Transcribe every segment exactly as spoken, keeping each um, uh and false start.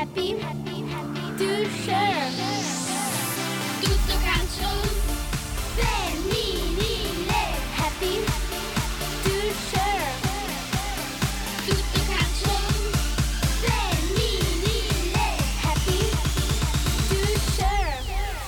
happy, happy, happy to share. Tutto calcio femminile, happy to share. Tutto calcio femminile, happy to share.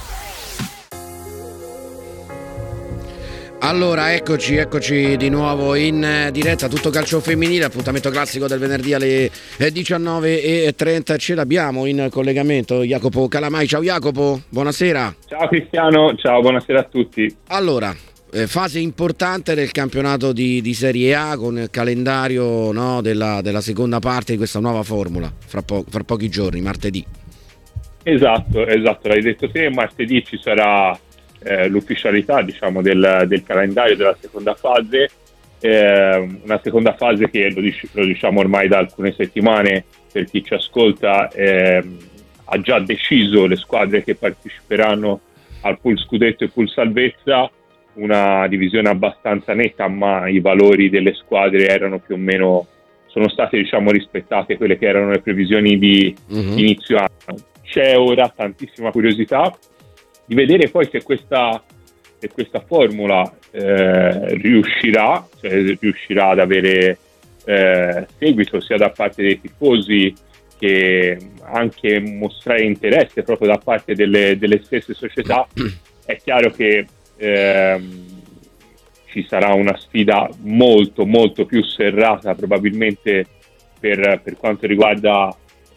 Allora, eccoci, eccoci di nuovo in diretta, Tutto calcio femminile, appuntamento classico del venerdì alle diciannove e trenta. Ce l'abbiamo in collegamento Jacopo Calamai. Ciao Jacopo, buonasera. Ciao Cristiano, ciao, buonasera a tutti. Allora, eh, fase importante del campionato di, di Serie A con il calendario, no, della, della seconda parte di questa nuova formula, fra, po- fra pochi giorni, martedì. Esatto, esatto, l'hai detto te, martedì ci sarà Eh, l'ufficialità, diciamo, del, del calendario della seconda fase, eh, una seconda fase che lo, dic- lo diciamo ormai da alcune settimane, per chi ci ascolta, eh, ha già deciso le squadre che parteciperanno al pool scudetto e pool salvezza, una divisione abbastanza netta, ma i valori delle squadre erano più o meno, sono state, diciamo, rispettate quelle che erano le previsioni di mm-hmm. inizio anno. C'è ora tantissima curiosità di vedere poi se questa, se questa formula eh, riuscirà, cioè riuscirà ad avere eh, seguito sia da parte dei tifosi che anche mostrare interesse proprio da parte delle, delle stesse società. È chiaro che ehm, ci sarà una sfida molto molto più serrata probabilmente per, per quanto riguarda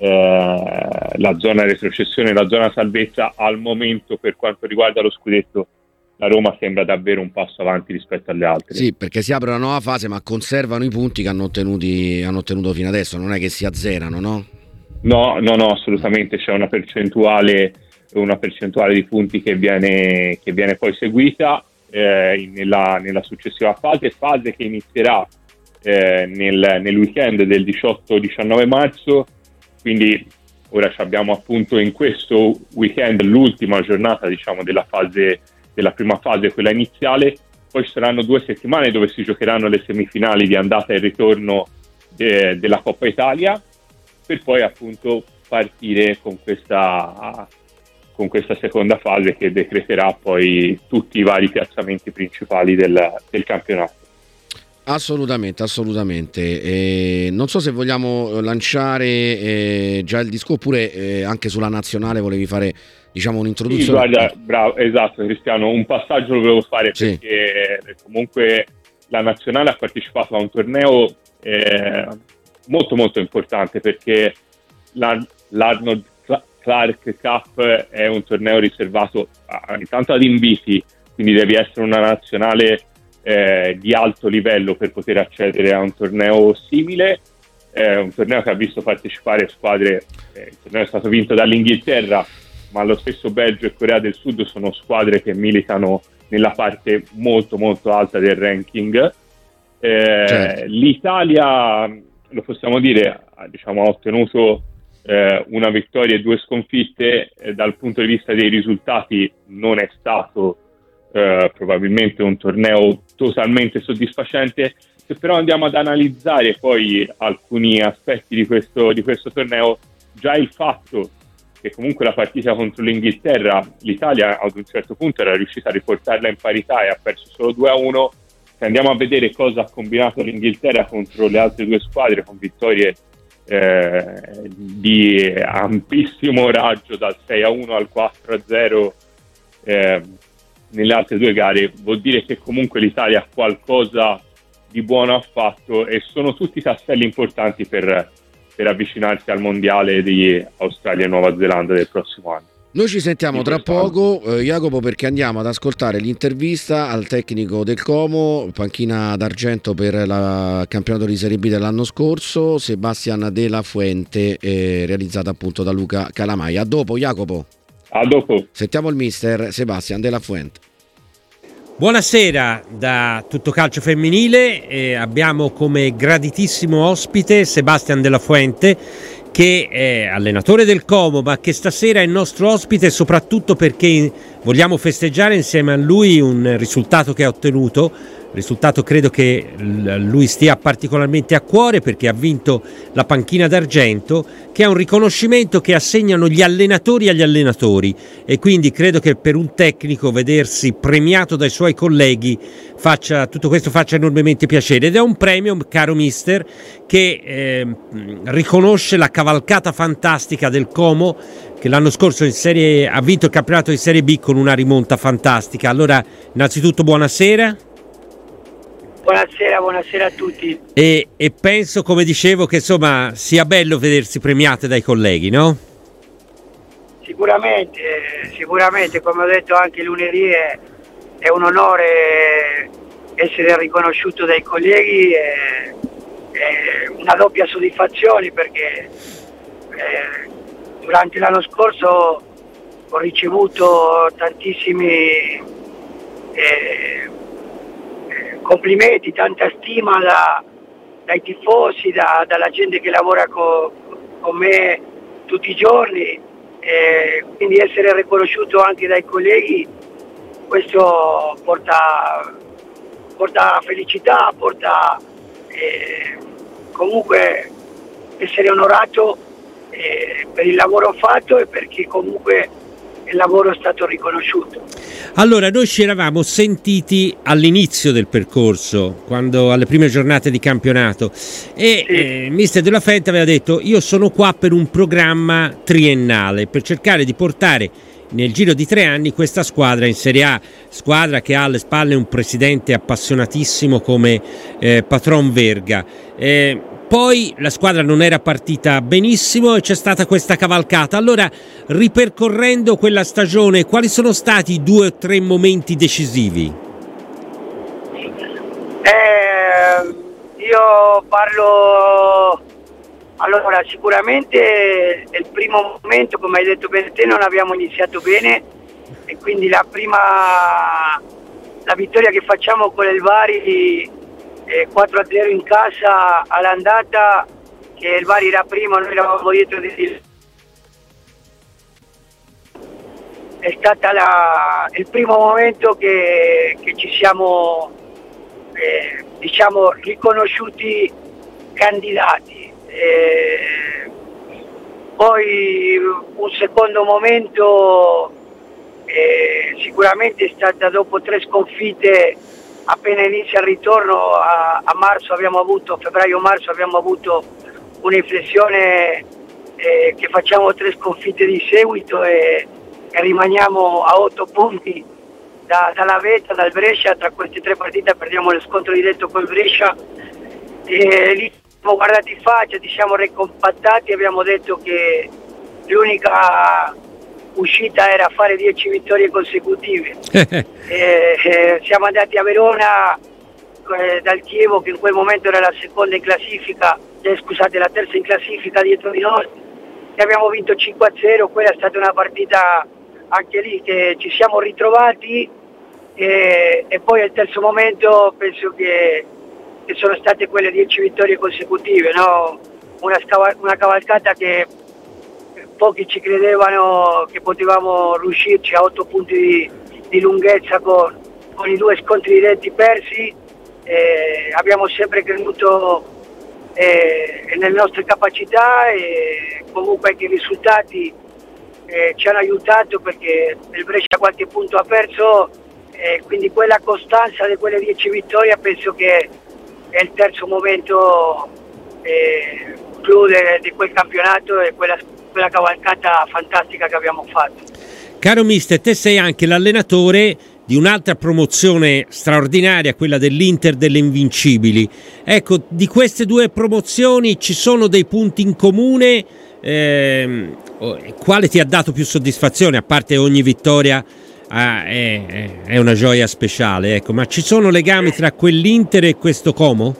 Eh, la zona retrocessione, la zona salvezza. Al momento, per quanto riguarda lo scudetto, la Roma sembra davvero un passo avanti rispetto alle altre. Sì, perché si apre una nuova fase, ma conservano i punti che hanno ottenuti, hanno ottenuto fino adesso, non è che si azzerano, no? No, no, no, assolutamente. C'è una percentuale, una percentuale di punti che viene, che viene poi seguita eh, nella, nella successiva fase, fase che inizierà eh, nel, nel weekend del diciotto diciannove marzo. Quindi ora abbiamo appunto in questo weekend l'ultima giornata, diciamo, della fase, della prima fase, quella iniziale. Poi ci saranno due settimane dove si giocheranno le semifinali di andata e ritorno de, della Coppa Italia, per poi appunto partire con questa, con questa seconda fase che decreterà poi tutti i vari piazzamenti principali del, del campionato. Assolutamente, assolutamente. Eh, non so se vogliamo lanciare eh, già il disco oppure eh, anche sulla nazionale volevi fare, diciamo, un'introduzione. Sì, guarda, bravo, esatto Cristiano, un passaggio lo volevo fare sì. Perché comunque la nazionale ha partecipato a un torneo eh, molto molto importante, perché la, l'Arnold Clark Cup è un torneo riservato a, intanto ad inviti, quindi devi essere una nazionale Eh, di alto livello per poter accedere a un torneo simile, eh, un torneo che ha visto partecipare squadre, eh, il torneo è stato vinto dall'Inghilterra, ma lo stesso Belgio e Corea del Sud sono squadre che militano nella parte molto molto alta del ranking. eh, certo. L'Italia, lo possiamo dire, diciamo, ha ottenuto eh, una vittoria e due sconfitte. Eh, dal punto di vista dei risultati non è stato Uh, probabilmente un torneo totalmente soddisfacente. Se però andiamo ad analizzare poi alcuni aspetti di questo, di questo torneo, già il fatto che comunque la partita contro l'Inghilterra l'Italia ad un certo punto era riuscita a riportarla in parità e ha perso solo due a uno. Se andiamo a vedere cosa ha combinato l'Inghilterra contro le altre due squadre, con vittorie eh, di ampissimo raggio, dal sei a uno al quattro a zero eh, nelle altre due gare, vuol dire che comunque l'Italia qualcosa di buono ha fatto, e sono tutti tasselli importanti per, per avvicinarsi al mondiale di Australia e Nuova Zelanda del prossimo anno. Noi ci sentiamo tra poco, eh, Jacopo, perché andiamo ad ascoltare l'intervista al tecnico del Como, panchina d'argento per il campionato di Serie B dell'anno scorso, Sebastian De La Fuente, eh, realizzata appunto da Luca Calamai. A dopo, Jacopo. A dopo. Sentiamo il mister Sebastian De La Fuente. Buonasera da Tutto Calcio Femminile, eh, abbiamo come graditissimo ospite Sebastian De La Fuente, che è allenatore del Como, ma che stasera è il nostro ospite soprattutto perché vogliamo festeggiare insieme a lui un risultato che ha ottenuto. risultato credo che lui stia particolarmente a cuore, perché ha vinto la panchina d'argento, che è un riconoscimento che assegnano gli allenatori agli allenatori, e quindi credo che per un tecnico vedersi premiato dai suoi colleghi faccia, tutto questo faccia enormemente piacere, ed è un premio, caro mister, che eh, riconosce la cavalcata fantastica del Como, che l'anno scorso in serie, ha vinto il campionato di Serie B con una rimonta fantastica. Allora, innanzitutto buonasera. Buonasera, buonasera a tutti. E, e penso, come dicevo, che insomma sia bello vedersi premiate dai colleghi, no? Sicuramente, sicuramente, come ho detto anche lunedì, è, è un onore essere riconosciuto dai colleghi, è, è una doppia soddisfazione, perché eh, durante l'anno scorso ho ricevuto tantissimi eh, complimenti, tanta stima da, dai tifosi, da, dalla gente che lavora co, con me tutti i giorni, eh, quindi essere riconosciuto anche dai colleghi, questo porta, porta felicità, porta eh, comunque essere onorato eh, per il lavoro fatto, e perché comunque il lavoro è stato riconosciuto. Allora, noi ci eravamo sentiti all'inizio del percorso, quando alle prime giornate di campionato, e sì. eh, mister Della Fuente aveva detto: io sono qua per un programma triennale, per cercare di portare nel giro di tre anni questa squadra in Serie A, squadra che ha alle spalle un presidente appassionatissimo come eh, Patron Verga. Eh, Poi la squadra non era partita benissimo e c'è stata questa cavalcata. Allora, ripercorrendo quella stagione, quali sono stati i due o tre momenti decisivi? Eh, io parlo... Allora, sicuramente il primo momento, come hai detto bene te, non abbiamo iniziato bene, e quindi la prima... la vittoria che facciamo con il Bari, quattro a zero in casa all'andata, che il Bari era primo, noi eravamo dietro di... è stata la, il primo momento che, che ci siamo eh, diciamo riconosciuti candidati. Eh, poi un secondo momento eh, sicuramente è stata dopo tre sconfitte. Appena inizia il ritorno a, a marzo abbiamo avuto, febbraio-marzo abbiamo avuto un'inflessione eh, che facciamo tre sconfitte di seguito e, e rimaniamo a otto punti da, dalla vetta, dal Brescia. Tra queste tre partite perdiamo lo scontro diretto col Brescia, e lì siamo guardati in faccia, ci siamo ricompattati e abbiamo detto che l'unica uscita era fare dieci vittorie consecutive. e, e, siamo andati a Verona eh, dal Chievo, che in quel momento era la seconda in classifica, eh, scusate, la terza in classifica dietro di noi, e abbiamo vinto cinque a zero. Quella è stata una partita anche lì che ci siamo ritrovati, e, e poi al terzo momento penso che, che sono state quelle dieci vittorie consecutive, no? una, scava- una cavalcata che pochi ci credevano che potevamo riuscirci a otto punti di, di lunghezza con, con i due scontri diretti persi. Eh, abbiamo sempre creduto eh, nelle nostre capacità, e comunque anche i risultati eh, ci hanno aiutato, perché il Brescia qualche punto ha perso, eh, quindi quella costanza di quelle dieci vittorie penso che è il terzo momento eh, clou di quel campionato, e quella quella cavalcata fantastica che abbiamo fatto. Caro mister, te sei anche l'allenatore di un'altra promozione straordinaria, quella dell'Inter delle Invincibili. Ecco, di queste due promozioni ci sono dei punti in comune? Eh, quale ti ha dato più soddisfazione, a parte ogni vittoria ah, è, è una gioia speciale, ecco, ma ci sono legami tra quell'Inter e questo Como?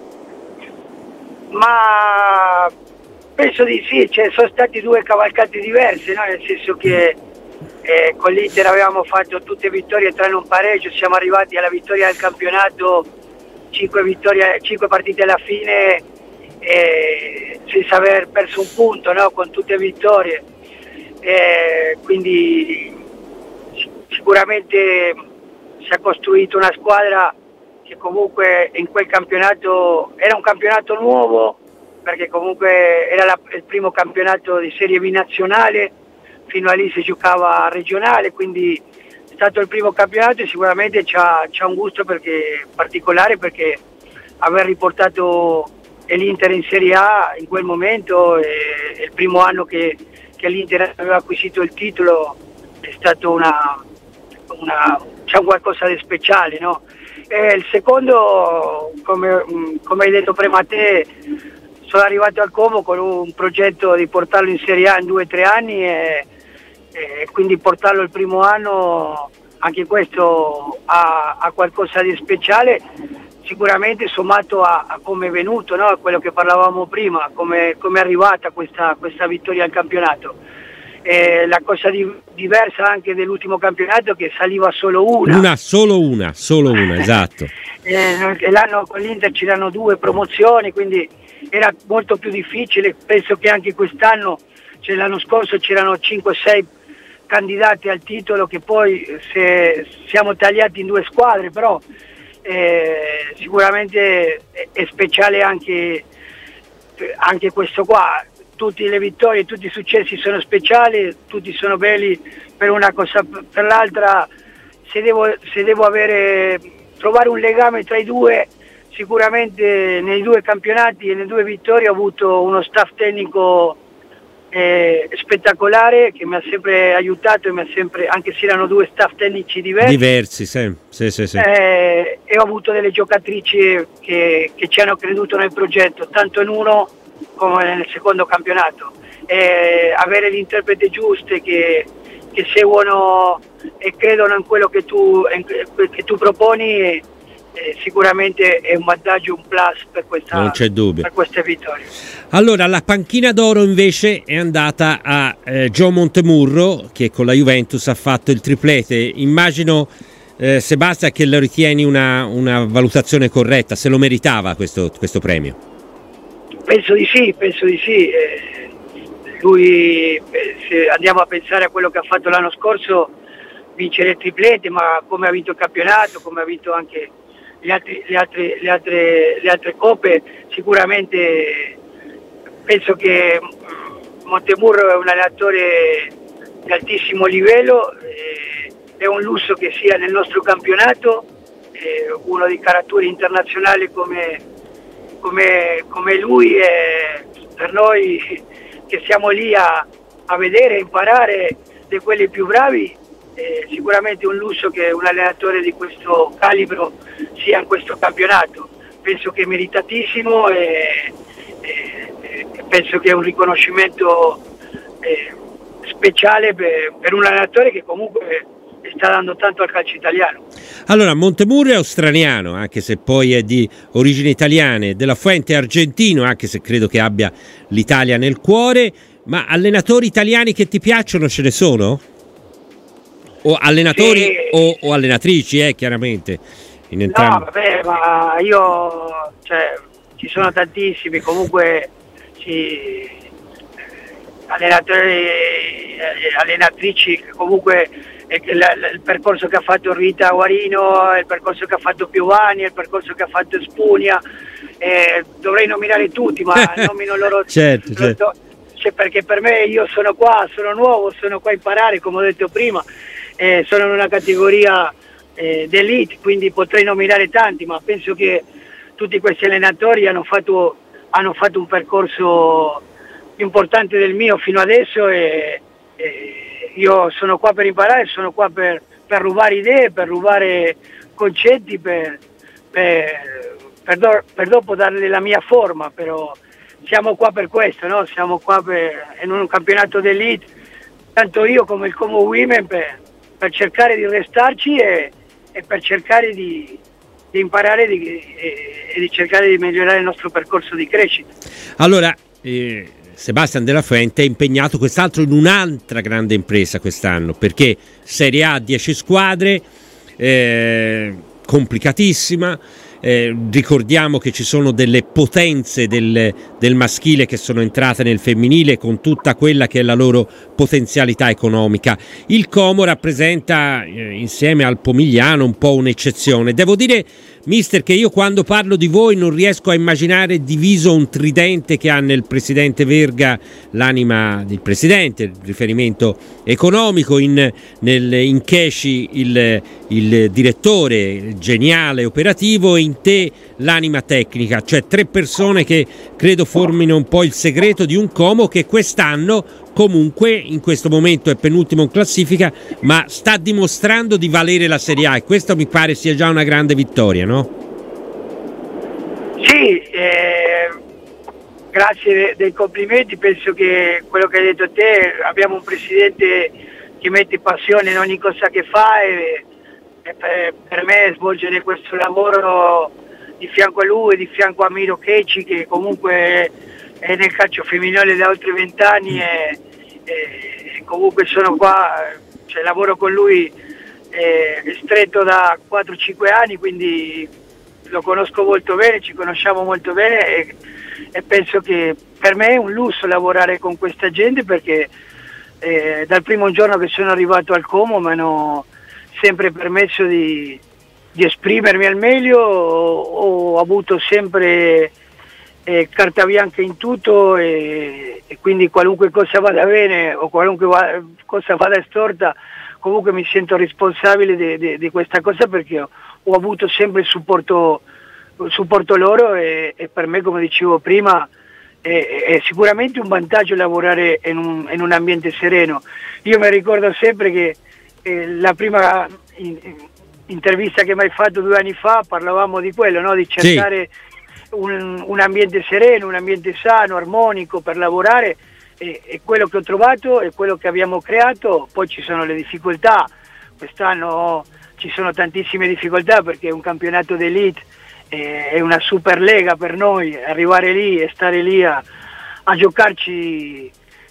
Ma penso di sì, cioè, sono stati due cavalcate diverse, no? Nel senso che eh, con l'Inter avevamo fatto tutte vittorie tranne un pareggio, siamo arrivati alla vittoria del campionato, cinque, vittorie, cinque partite alla fine eh, senza aver perso un punto, no? Con tutte vittorie. Eh, quindi sicuramente si è costruito una squadra che comunque in quel campionato era un campionato nuovo, perché comunque era la, il primo campionato di Serie B nazionale, fino a lì si giocava regionale, quindi è stato il primo campionato e sicuramente c'ha, c'ha un gusto perché, particolare, perché aver riportato l'Inter in Serie A in quel momento, è, è il primo anno che, che l'Inter aveva acquisito il titolo, è stato una, una c'è un qualcosa di speciale, no? E il secondo, come, come hai detto prima a te, sono arrivato al Como con un progetto di portarlo in Serie A in due o tre anni e, e quindi portarlo il primo anno, anche questo ha, ha qualcosa di speciale, sicuramente sommato a, a come è venuto, no? A quello che parlavamo prima, come è arrivata questa, questa vittoria al campionato. Eh, la cosa di, diversa anche dell'ultimo campionato, che saliva solo una. Una, solo una, solo una, esatto. eh, l'anno con l'Inter c'erano due promozioni, quindi era molto più difficile. Penso che anche quest'anno, cioè l'anno scorso c'erano cinque sei candidati al titolo, che poi se, siamo tagliati in due squadre, però eh, sicuramente è, è speciale anche, anche questo qua. Tutte le vittorie, tutti i successi sono speciali, tutti sono belli per una cosa per l'altra. Se devo, se devo avere, trovare un legame tra i due, sicuramente nei due campionati e nelle due vittorie ho avuto uno staff tecnico eh, spettacolare, che mi ha sempre aiutato e mi ha sempre, anche se erano due staff tecnici diversi, diversi sì, sì, sì, sì. Eh, e ho avuto delle giocatrici che, che ci hanno creduto nel progetto, tanto in uno come nel secondo campionato. Eh, avere le interprete giuste che, che seguono e credono in quello che tu, in, che tu proponi, eh, sicuramente è un vantaggio, un plus per, questa, non c'è dubbio, per queste vittorie. Allora, la panchina d'oro invece è andata a eh, Joe Montemurro, che con la Juventus ha fatto il triplete. Immagino, eh, Sebastian, che lo ritieni una, una valutazione corretta, se lo meritava questo, questo premio? Penso di sì, penso di sì. Eh, lui, se andiamo a pensare a quello che ha fatto l'anno scorso, vincere il triplete, ma come ha vinto il campionato, come ha vinto anche gli altri, le, altre, le, altre, le altre coppe, sicuramente penso che Montemurro è un allenatore di altissimo livello, eh, è un lusso che sia nel nostro campionato, eh, uno di caratura internazionale come Come, come lui, è per noi che siamo lì a, a vedere e imparare di quelli più bravi, è sicuramente un lusso che un allenatore di questo calibro sia in questo campionato. Penso che è meritatissimo e, e, e penso che è un riconoscimento eh, speciale per, per un allenatore che comunque sta dando tanto al calcio italiano. Allora, Montemurro è australiano, anche se poi è di origini italiane, De La Fuente è argentino, anche se credo che abbia l'Italia nel cuore. Ma allenatori italiani che ti piacciono ce ne sono? O allenatori sì. o, o allenatrici, eh, chiaramente. In entrambi. No, vabbè, ma io, cioè, ci sono tantissimi, comunque ci, allenatori, allenatrici, comunque il percorso che ha fatto Rita Guarino, il percorso che ha fatto Piovani, il percorso che ha fatto Spugna, eh, dovrei nominare tutti, ma nomino loro. certo, loro certo. Cioè, perché per me, io sono qua, sono nuovo, sono qua a imparare, come ho detto prima, eh, sono in una categoria eh, d'elite, quindi potrei nominare tanti, ma penso che tutti questi allenatori hanno fatto, hanno fatto un percorso più importante del mio fino adesso e, e io sono qua per imparare, sono qua per, per rubare idee, per rubare concetti, per, per, per, do, per dopo darle la mia forma, però siamo qua per questo, no? Siamo qua per, in un campionato d'elite, tanto io come il Como Women, per, per cercare di restarci e, e per cercare di, di imparare di, e, e di cercare di migliorare il nostro percorso di crescita. Allora, eh... Sebastian De La Fuente è impegnato quest'altro in un'altra grande impresa quest'anno, perché Serie A dieci squadre, eh, complicatissima, eh, ricordiamo che ci sono delle potenze del, del maschile che sono entrate nel femminile con tutta quella che è la loro potenzialità economica. Il Como rappresenta, eh, insieme al Pomigliano, un po' un'eccezione. Devo dire, mister, che io quando parlo di voi non riesco a immaginare diviso un tridente che ha nel presidente Verga l'anima del presidente, il riferimento economico, in, nel, in Kesci il, il direttore geniale operativo, e in te l'anima tecnica, cioè tre persone che credo formino un po' il segreto di un Como che quest'anno comunque in questo momento è penultimo in classifica, ma sta dimostrando di valere la Serie A, e questo mi pare sia già una grande vittoria, no? Sì, eh, grazie dei complimenti, penso che quello che hai detto te, abbiamo un presidente che mette passione in ogni cosa che fa, e, e per, per me svolgere questo lavoro di fianco a lui, di fianco a Miro Kesci, che comunque è nel calcio femminile da oltre vent'anni, e, e comunque sono qua, cioè lavoro con lui eh, stretto da quattro cinque anni, quindi lo conosco molto bene, ci conosciamo molto bene, e, e penso che per me è un lusso lavorare con questa gente, perché eh, dal primo giorno che sono arrivato al Como mi hanno sempre permesso di, di esprimermi al meglio, ho, ho avuto sempre eh, carta bianca in tutto, e, e quindi qualunque cosa vada bene o qualunque va, cosa vada storta, comunque mi sento responsabile di, di, di questa cosa, perché ho, ho avuto sempre il supporto, il supporto loro, e, e per me, come dicevo prima, è, è sicuramente un vantaggio lavorare in un, in un ambiente sereno. Io mi ricordo sempre che eh, la prima in, in, intervista che mi hai fatto due anni fa parlavamo di quello, no? Di cercare sì. un, un ambiente sereno, un ambiente sano, armonico per lavorare, e, e quello che ho trovato è quello che abbiamo creato. Poi ci sono le difficoltà, quest'anno ci sono tantissime difficoltà, perché è un campionato d'elite, eh, è una super lega per noi, arrivare lì e stare lì a, a giocarci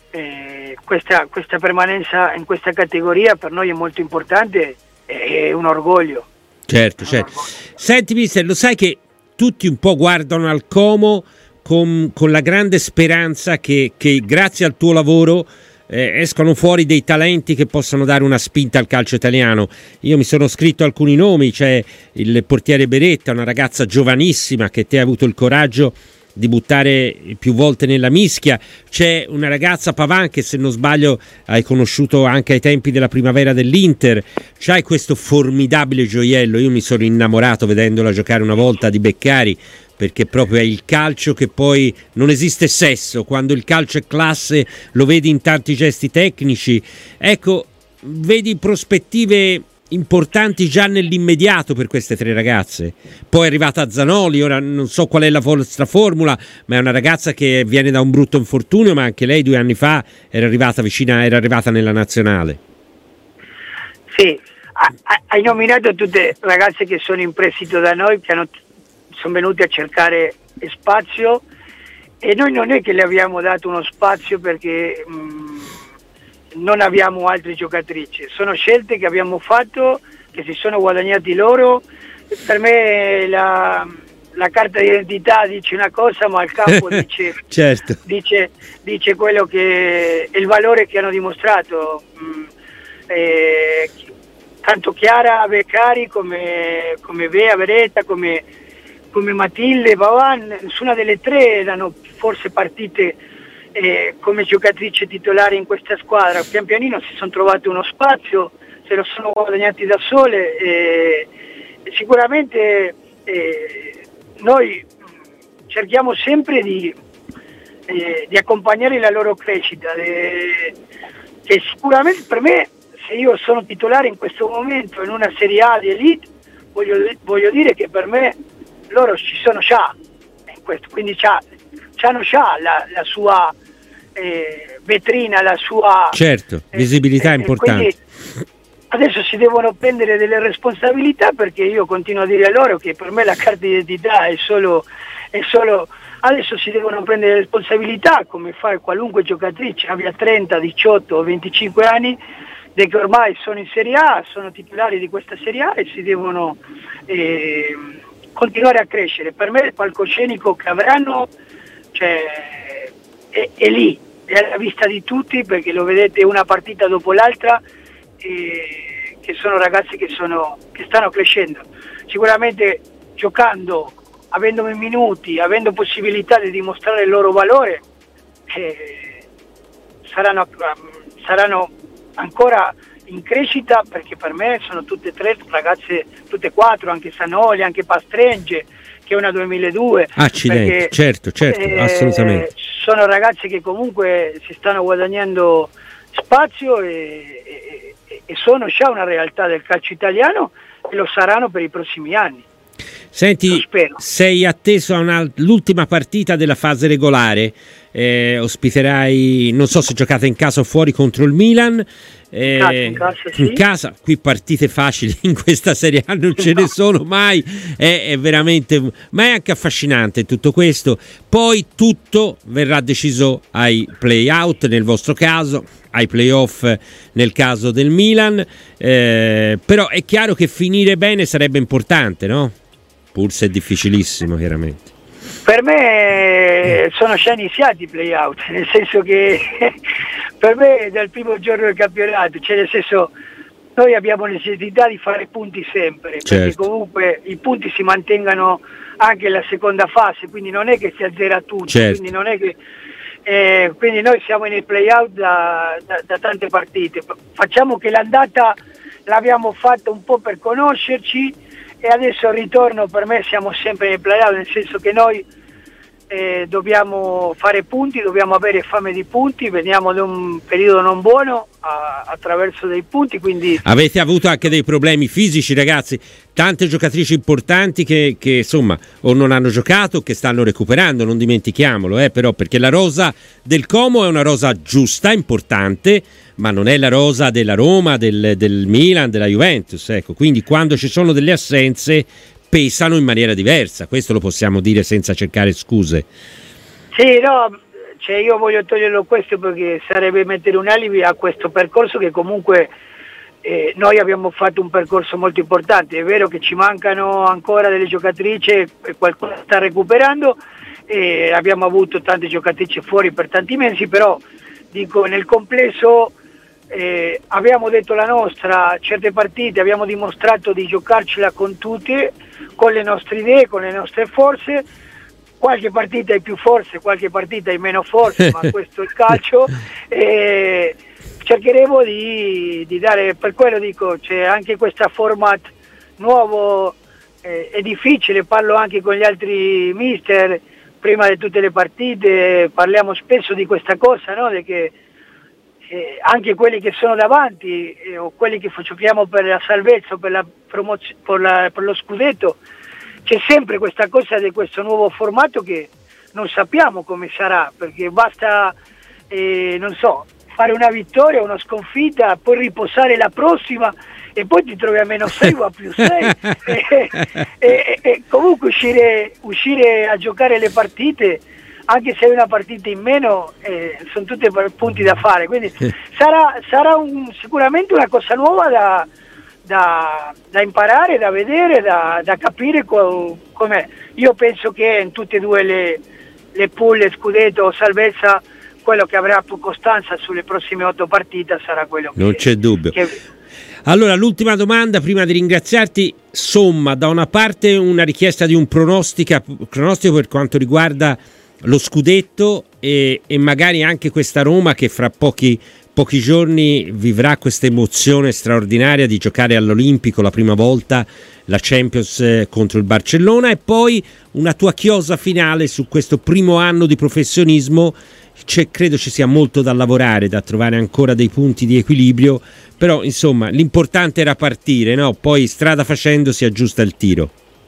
eh, questa, questa permanenza in questa categoria per noi è molto importante, è un orgoglio. Certo, certo. Orgoglio. Senti mister, lo sai che tutti un po' guardano al Como con, con la grande speranza che, che grazie al tuo lavoro eh, escono fuori dei talenti che possano dare una spinta al calcio italiano. Io mi sono scritto alcuni nomi, c'è il portiere Beretta, una ragazza giovanissima che te ha avuto il coraggio di buttare più volte nella mischia, c'è una ragazza Pavan che se non sbaglio hai conosciuto anche ai tempi della primavera dell'Inter, c'hai questo formidabile gioiello, io mi sono innamorato vedendola giocare una volta, di Beccari, perché proprio è il calcio che poi non esiste sesso, quando il calcio è classe lo vedi in tanti gesti tecnici. Ecco, vedi prospettive importanti già nell'immediato per queste tre ragazze. Poi è arrivata Zanoli, ora non so qual è la vostra formula, ma è una ragazza che viene da un brutto infortunio, ma anche lei due anni fa era arrivata vicina, era arrivata nella nazionale. Sì, hai nominato tutte ragazze che sono in prestito da noi, che hanno, sono venute a cercare spazio, e noi non è che le abbiamo dato uno spazio perché mh, non abbiamo altre giocatrici, sono scelte che abbiamo fatto, che si sono guadagnati loro. Per me la, la carta d'identità dice una cosa, ma il campo dice, certo. dice, dice quello che il valore che hanno dimostrato. Mm, eh, tanto Chiara Beccari come, come Bea Beretta, come, come Matilde Pavan, nessuna delle tre erano forse partite Eh, come giocatrice titolare in questa squadra. Pian pianino si sono trovati uno spazio, se lo sono guadagnati da sole, e, e sicuramente eh, noi cerchiamo sempre di, eh, di accompagnare la loro crescita, eh, che sicuramente per me, se io sono titolare in questo momento in una Serie A di Elite, voglio, voglio dire che per me loro ci sono già in questo, quindi c'ha, c'hanno già la, la sua eh, vetrina, la sua certo, visibilità eh, importante. Adesso si devono prendere delle responsabilità, perché io continuo a dire a loro che per me la carta d'identità è solo, è solo adesso si devono prendere responsabilità, come fa qualunque giocatrice, abbia trenta, diciotto o venticinque anni, che ormai sono in Serie A, sono titolari di questa Serie A, e si devono eh, continuare a crescere. Per me il palcoscenico che avranno, cioè, è, è lì, è alla vista di tutti, perché lo vedete una partita dopo l'altra, eh, che sono ragazzi che, sono, che stanno crescendo. Sicuramente giocando, avendo minuti, avendo possibilità di dimostrare il loro valore, eh, saranno, saranno ancora in crescita, perché per me sono tutte e tre ragazze, tutte e quattro, anche Sanoli, anche Pastrenge, che è una duemiladue. Accidenti, perché, certo, certo, eh, assolutamente. Sono ragazze che comunque si stanno guadagnando spazio e, e, e sono già una realtà del calcio italiano e lo saranno per i prossimi anni. Senti, sei atteso a una, l'ultima partita della fase regolare, eh, ospiterai, non so se giocate in casa o fuori, contro il Milan. Eh, in, casa, in, casa, sì. in casa, qui partite facili in questa Serie A non ce no. ne sono mai, è, è veramente, ma è anche affascinante tutto questo. Poi tutto verrà deciso ai play-out nel vostro caso, ai play-off nel caso del Milan, eh, però è chiaro che finire bene sarebbe importante, no? Pur se è difficilissimo, chiaramente. Per me sono già iniziati i play-out, nel senso che per me dal primo giorno del campionato, cioè nel senso noi abbiamo necessità di fare punti sempre, certo. perché comunque i punti si mantengano anche nella seconda fase, quindi non è che si azzera tutto, certo. quindi non è che eh, quindi noi siamo nei play-out da, da, da tante partite. Facciamo che l'andata l'abbiamo fatta un po' per conoscerci, e adesso al ritorno per me siamo sempre nei play-out, nel senso che noi eh, dobbiamo fare punti, dobbiamo avere fame di punti, veniamo da un periodo non buono a, attraverso dei punti, quindi... Avete avuto anche dei problemi fisici, ragazzi, tante giocatrici importanti che, che insomma o non hanno giocato o che stanno recuperando, non dimentichiamolo, eh, però, perché la rosa del Como è una rosa giusta, importante, ma non è la rosa della Roma, del, del Milan, della Juventus, ecco. Quindi quando ci sono delle assenze pesano in maniera diversa, questo lo possiamo dire senza cercare scuse. Sì, no, cioè io voglio toglierlo questo perché sarebbe mettere un alibi a questo percorso che comunque eh, noi abbiamo fatto un percorso molto importante. È vero che ci mancano ancora delle giocatrici e qualcuno sta recuperando, e abbiamo avuto tante giocatrici fuori per tanti mesi, però dico nel complesso Eh, abbiamo detto la nostra, certe partite abbiamo dimostrato di giocarcela con tutte, con le nostre idee, con le nostre forze. Qualche partita hai più forze, qualche partita hai meno forze, ma questo è il calcio. E cercheremo di, di dare, per quello dico, c'è anche questo format nuovo, eh, è difficile, parlo anche con gli altri mister, prima di tutte le partite parliamo spesso di questa cosa, no? Di che Eh, anche quelli che sono davanti eh, o quelli che giochiamo per la salvezza o per, la promozio- per, la, per lo scudetto, c'è sempre questa cosa di questo nuovo formato che non sappiamo come sarà, perché basta eh, non so, fare una vittoria o una sconfitta, poi riposare la prossima e poi ti trovi a meno sei o a più sei e, e, e comunque uscire, uscire a giocare le partite, anche se hai una partita in meno, eh, sono tutti punti da fare, quindi sarà, sarà un, sicuramente una cosa nuova da, da, da imparare, da vedere, da, da capire co, com'è. Io penso che in tutte e due le, le pool, scudetto o salvezza, quello che avrà più costanza sulle prossime otto partite sarà quello che... Non c'è dubbio. Che... Allora, l'ultima domanda prima di ringraziarti, somma, da una parte una richiesta di un pronostica, pronostico per quanto riguarda lo scudetto e, e magari anche questa Roma che fra pochi, pochi giorni vivrà questa emozione straordinaria di giocare all'Olimpico la prima volta la Champions contro il Barcellona, e poi una tua chiosa finale su questo primo anno di professionismo. C'è, credo ci sia molto da lavorare, da trovare ancora dei punti di equilibrio, però insomma l'importante era partire, no? Poi strada facendo si aggiusta il tiro.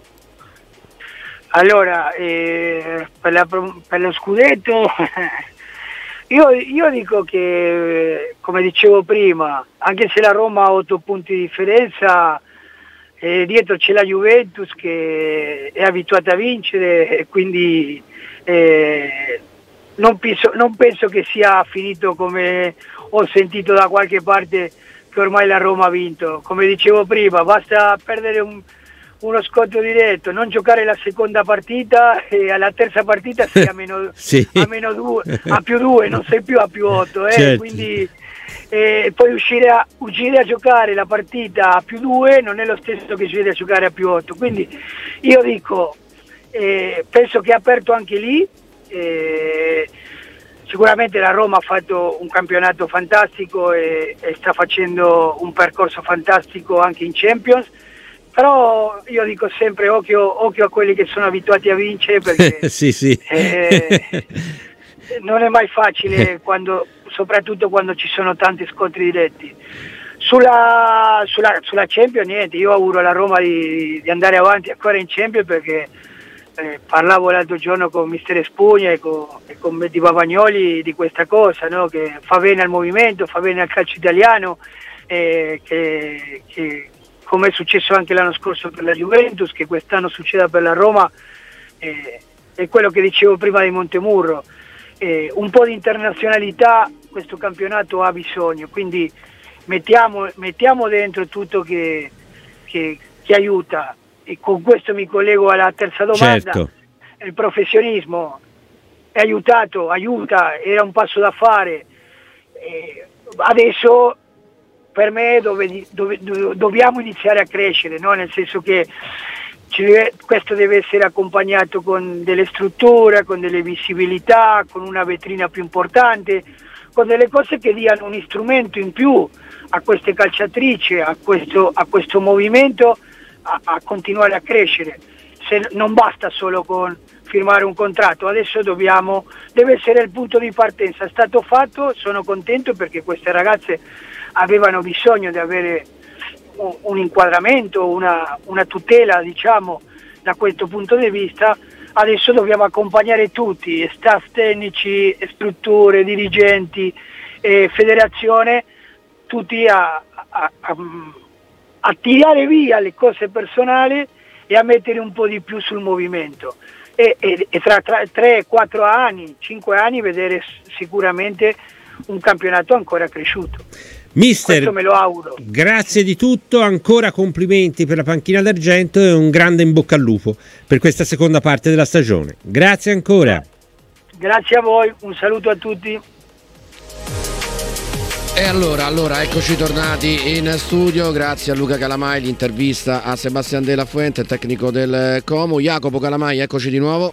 Allora, eh, per, la, per lo scudetto, io, io dico che, come dicevo prima, anche se la Roma ha otto punti di differenza, eh, dietro c'è la Juventus che è abituata a vincere, e quindi eh, non, penso, non penso che sia finito come ho sentito da qualche parte, che ormai la Roma ha vinto. Come dicevo prima, basta perdere un uno scontro diretto, non giocare la seconda partita e alla terza partita sei a meno, sì. a meno due, a più due, non sei più a più otto, eh? Certo. Quindi eh, poi uscire a, uscire a giocare la partita a più due non è lo stesso che uscire a giocare a più otto, quindi io dico, eh, penso che è aperto anche lì, eh, sicuramente la Roma ha fatto un campionato fantastico e, e sta facendo un percorso fantastico anche in Champions, però io dico sempre occhio, occhio a quelli che sono abituati a vincere, perché sì, sì. Eh, non è mai facile, quando, soprattutto quando ci sono tanti scontri diretti. Sulla, sulla, sulla Champions niente, io auguro alla Roma di, di andare avanti ancora in Champions, perché eh, parlavo l'altro giorno con mister Spugna e con, e con Di Bavagnoli di questa cosa, no? Che fa bene al movimento, fa bene al calcio italiano, eh, che, che come è successo anche l'anno scorso per la Juventus, che quest'anno succeda per la Roma, eh, è quello che dicevo prima di Montemurro, eh, un po' di internazionalità questo campionato ha bisogno, quindi mettiamo, mettiamo dentro tutto che, che, che aiuta, e con questo mi collego alla terza domanda. Certo. Il professionismo è aiutato, aiuta, era un passo da fare, eh, adesso per me dove, dove, dove dobbiamo iniziare a crescere, no? Nel senso che ci deve, questo deve essere accompagnato con delle strutture, con delle visibilità, con una vetrina più importante, con delle cose che diano un strumento in più a queste calciatrici, a questo, a questo movimento, a, a continuare a crescere. Se non basta solo con firmare un contratto, adesso dobbiamo, deve essere il punto di partenza. È stato fatto, sono contento perché queste ragazze avevano bisogno di avere un, un inquadramento, una, una tutela, diciamo, da questo punto di vista. Adesso dobbiamo accompagnare tutti, staff tecnici, strutture, dirigenti, eh, federazione, tutti a, a, a, a tirare via le cose personali e a mettere un po' di più sul movimento. E, e, e tra tre quattro anni, cinque anni, vedere sicuramente un campionato ancora cresciuto. Mister, questo me lo auguro. Grazie di tutto, ancora complimenti per la panchina d'argento e un grande in bocca al lupo per questa seconda parte della stagione. Grazie ancora. Grazie a voi, un saluto a tutti. E allora, allora, eccoci tornati in studio, grazie a Luca Calamai, l'intervista a Sebastian Della Fuente, tecnico del Como. Jacopo Calamai, eccoci di nuovo.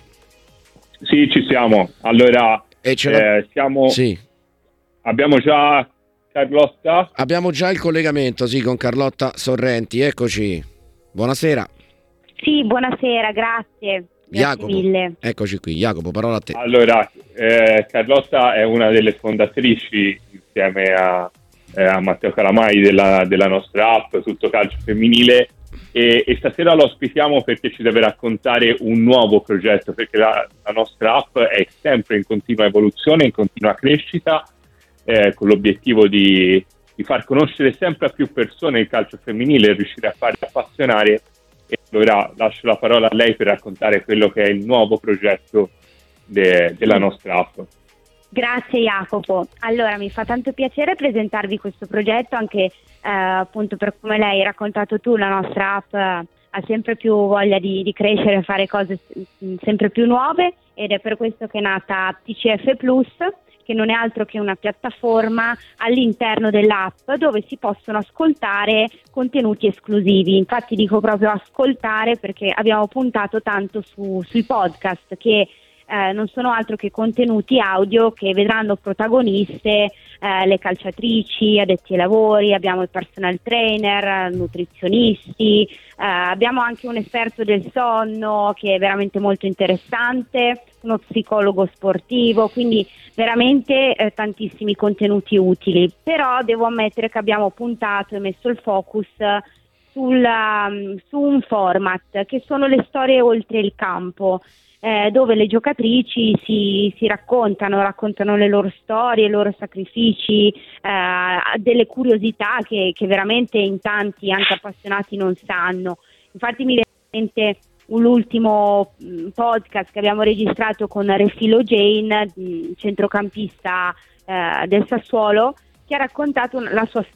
Sì, ci siamo. Allora, e ce la... eh, siamo... Sì. abbiamo già Carlotta? Abbiamo già il collegamento, sì, con Carlotta Sorrenti, eccoci. Buonasera. Sì, buonasera, grazie. Jacopo, grazie mille. Eccoci qui, Jacopo, parola a te. Allora, eh, Carlotta è una delle fondatrici, insieme a, eh, a Matteo Calamai, della, della nostra app Tutto Calcio Femminile, e, e stasera lo ospitiamo perché ci deve raccontare un nuovo progetto, perché la, la nostra app è sempre in continua evoluzione, in continua crescita, eh, con l'obiettivo di, di far conoscere sempre a più persone il calcio femminile e riuscire a farli appassionare. E allora lascio la parola a lei per raccontare quello che è il nuovo progetto de, della nostra app. Grazie Jacopo. Allora, mi fa tanto piacere presentarvi questo progetto, anche eh, appunto per come lei hai raccontato tu, la nostra app eh, ha sempre più voglia di, di crescere e fare cose s- sempre più nuove, ed è per questo che è nata T C F Plus, che non è altro che una piattaforma all'interno dell'app dove si possono ascoltare contenuti esclusivi. Infatti dico proprio ascoltare perché abbiamo puntato tanto su, sui podcast, che eh, non sono altro che contenuti audio che vedranno protagoniste eh, le calciatrici, addetti ai lavori, abbiamo il personal trainer, nutrizionisti, eh, abbiamo anche un esperto del sonno che è veramente molto interessante, uno psicologo sportivo, quindi veramente eh, tantissimi contenuti utili. Però devo ammettere che abbiamo puntato e messo il focus sul, um, su un format che sono le storie oltre il campo, eh, dove le giocatrici si, si raccontano, raccontano le loro storie, i loro sacrifici, eh, delle curiosità che, che veramente in tanti, anche appassionati, non sanno. Infatti mi viene in mente l'ultimo podcast che abbiamo registrato con Refilo Jane, centrocampista eh, del Sassuolo, che ha raccontato la sua storia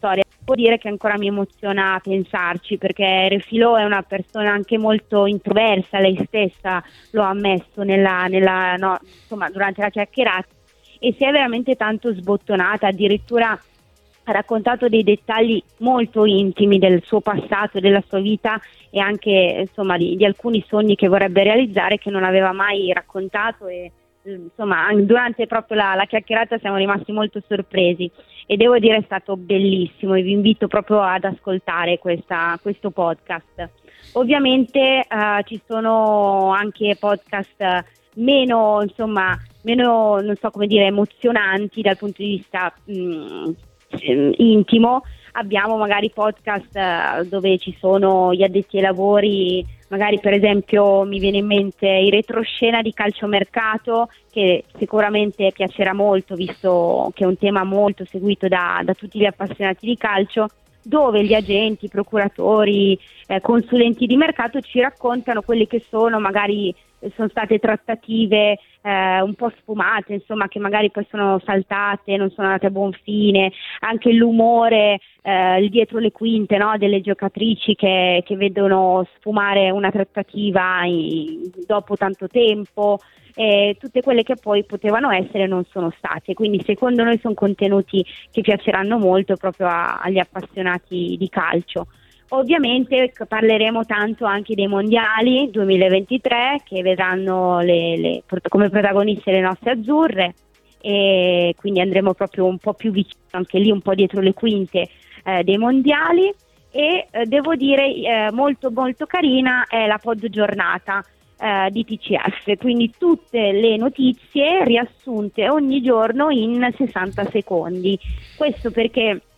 devo dire che ancora mi emoziona pensarci, perché Refilò è una persona anche molto introversa, lei stessa lo ha ammesso nella, nella, no, insomma, durante la chiacchierata, e si è veramente tanto sbottonata, addirittura ha raccontato dei dettagli molto intimi del suo passato, della sua vita e anche insomma di, di alcuni sogni che vorrebbe realizzare che non aveva mai raccontato, e insomma durante proprio la, la chiacchierata siamo rimasti molto sorpresi e devo dire è stato bellissimo, e vi invito proprio ad ascoltare questa, questo podcast. Ovviamente eh, ci sono anche podcast meno, insomma, meno, non so come dire, emozionanti dal punto di vista mh, intimo. Abbiamo magari podcast uh, dove ci sono gli addetti ai lavori, magari per esempio mi viene in mente il retroscena di calciomercato, che sicuramente piacerà molto visto che è un tema molto seguito da, da tutti gli appassionati di calcio, dove gli agenti, i procuratori, eh, consulenti di mercato ci raccontano quelle che sono magari sono state trattative eh, un po' sfumate, insomma, che magari poi sono saltate, non sono andate a buon fine, anche l'umore eh, il dietro le quinte, no, delle giocatrici che, che vedono sfumare una trattativa in, dopo tanto tempo, e tutte quelle che poi potevano essere non sono state. Quindi secondo noi sono contenuti che piaceranno molto proprio a, agli appassionati di calcio. Ovviamente parleremo tanto anche dei mondiali duemilaventitré, che vedranno le, le, come protagoniste le nostre azzurre, e quindi andremo proprio un po' più vicino, anche lì un po' dietro le quinte eh, dei mondiali. E eh, devo dire eh, molto molto carina è la pod giornata eh, di T C F, quindi tutte le notizie riassunte ogni giorno in sessanta secondi. Questo perché uh,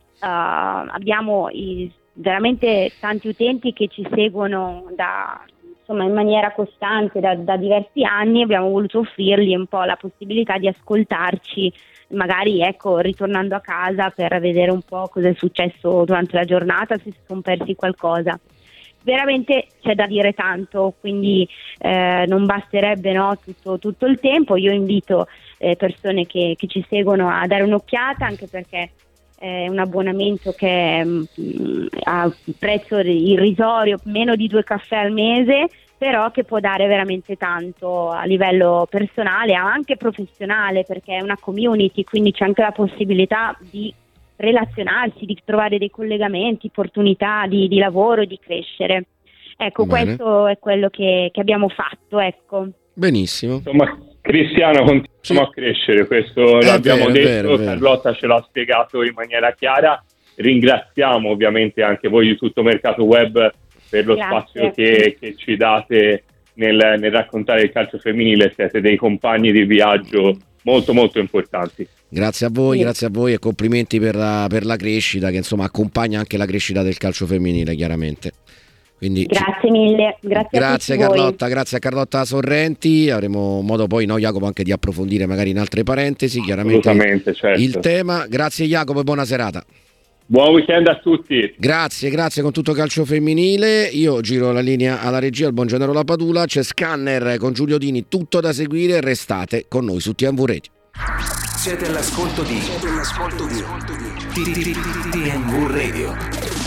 abbiamo i veramente tanti utenti che ci seguono da, insomma, in maniera costante da, da diversi anni. Abbiamo voluto offrirgli un po' la possibilità di ascoltarci, magari ecco ritornando a casa, per vedere un po' cosa è successo durante la giornata, se si sono persi qualcosa. Veramente c'è da dire tanto, quindi eh, non basterebbe, no, tutto, tutto il tempo. Io invito eh, persone che, che ci seguono a dare un'occhiata, anche perché è un abbonamento che mh, ha un prezzo irrisorio, meno di due caffè al mese, però che può dare veramente tanto a livello personale, ma anche professionale, perché è una community, quindi c'è anche la possibilità di relazionarsi, di trovare dei collegamenti, opportunità di, di lavoro e di crescere. Ecco, Bene. Questo è quello che, che abbiamo fatto, ecco. Benissimo. Insomma, Cristiano, continuiamo Sì. a crescere, questo È l'abbiamo vero, è detto, vero, è vero. Carlotta ce l'ha spiegato in maniera chiara. Ringraziamo ovviamente anche voi di Tutto Mercato Web per lo Grazie. spazio che, che ci date nel, nel raccontare il calcio femminile. Siete dei compagni di viaggio molto molto importanti. Grazie a voi, Sì. grazie a voi e complimenti per la, per la crescita, che insomma accompagna anche la crescita del calcio femminile, chiaramente. Quindi Grazie mille, grazie, grazie a tutti Carlotta, grazie a Carlotta Sorrenti. Avremo modo poi, no, Jacopo, anche di approfondire magari in altre parentesi chiaramente Assolutamente, certo. il tema. Grazie Jacopo e buona serata. Buon weekend a tutti. Grazie, grazie con tutto calcio femminile. Io giro la linea alla regia, al buon Gennaro Lapadula. C'è Scanner con Giulio Dini, tutto da seguire. Restate con noi su T M V Radio. Siete all'ascolto di T M V Radio.